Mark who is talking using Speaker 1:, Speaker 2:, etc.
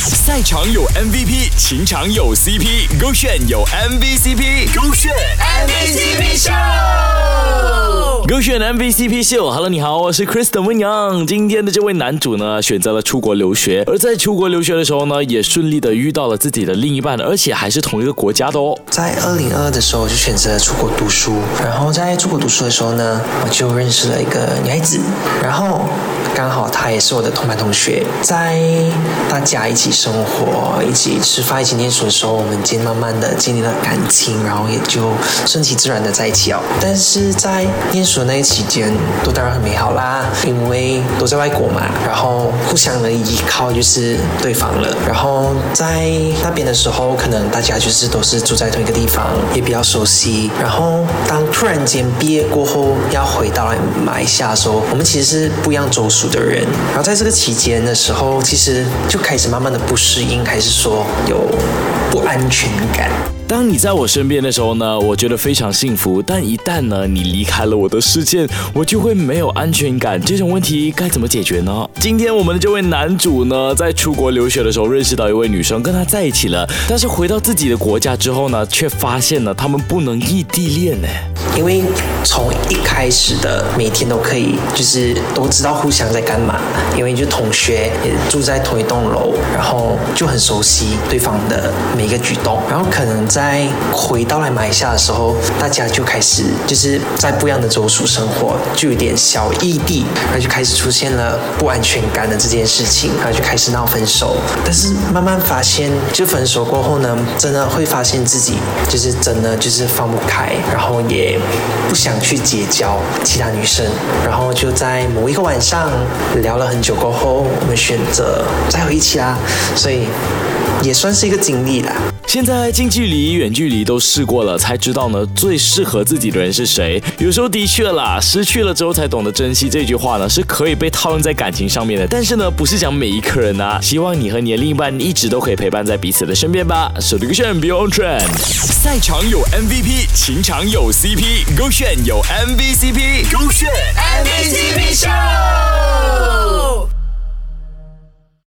Speaker 1: 赛场有 MVP， 情场有 CP， 勾选有 MVCp， 勾选 MVCp Show， 勾选 MVCp Show。Hello， 你好，我是 Kristen 温阳。今天的这位男主呢，选择了出国留学，而在出国留学的时候呢，也顺利的遇到了自己的另一半，而且还是同一个国家的哦。
Speaker 2: 在2022的时候就选择出国读书，然后在出国读书的时候呢，我就认识了一个女孩子，然后刚好她也是我的同班同学，在大家一起生活、一起吃饭、一起念书的时候，我们慢慢的建立了感情，然后也就顺其自然的在一起哦。但是在念书的那个期间，都当然很美好啦，因为都在外国嘛，然后互相的依靠就是对方了。然后在那边的时候，可能大家就是都是住在同一个地方，也比较熟悉。然后当突然间毕业过后要回到来马来西亚的时候，我们其实是不一样州属的人。然后在这个期间的时候，其实就开始慢慢的不适应，还是说有不安全感。
Speaker 1: 当你在我身边的时候呢，我觉得非常幸福，但一旦呢你离开了我的世界，我就会没有安全感。这种问题该怎么解决呢？今天我们的这位男主呢，在出国留学的时候认识到一位女生，跟她在一起了，但是回到自己的国家之后呢，却发现了他们不能异地恋呢。
Speaker 2: 因为从一开始的每天都可以，就是都知道互相在干嘛，因为就同学也住在同一栋楼，然后就很熟悉对方的每一个举动。然后可能在回到来马来西亚的时候，大家就开始就是在不一样的州属生活，就有点小异地，然后就开始出现了不安全感的这件事情，然后就开始闹分手。但是慢慢发现，就分手过后呢，真的会发现自己就是真的就是放不开，然后也不想去结交其他女生，然后就在某一个晚上聊了很久过后，我们选择再回一起啦，所以也算是一个经历啦。
Speaker 1: 现在近距离、远距离都试过了，才知道呢最适合自己的人是谁。有时候的确啦，失去了之后才懂得珍惜，这句话呢是可以被套用在感情上面的。但是呢，不是讲每一个人啊。希望你和你的另一半一直都可以陪伴在彼此的身边吧。手机勾选 Be On Trend， 赛场有 MVP， 情场有 CP， 勾选有 MVCp， 勾选 MVCp Show。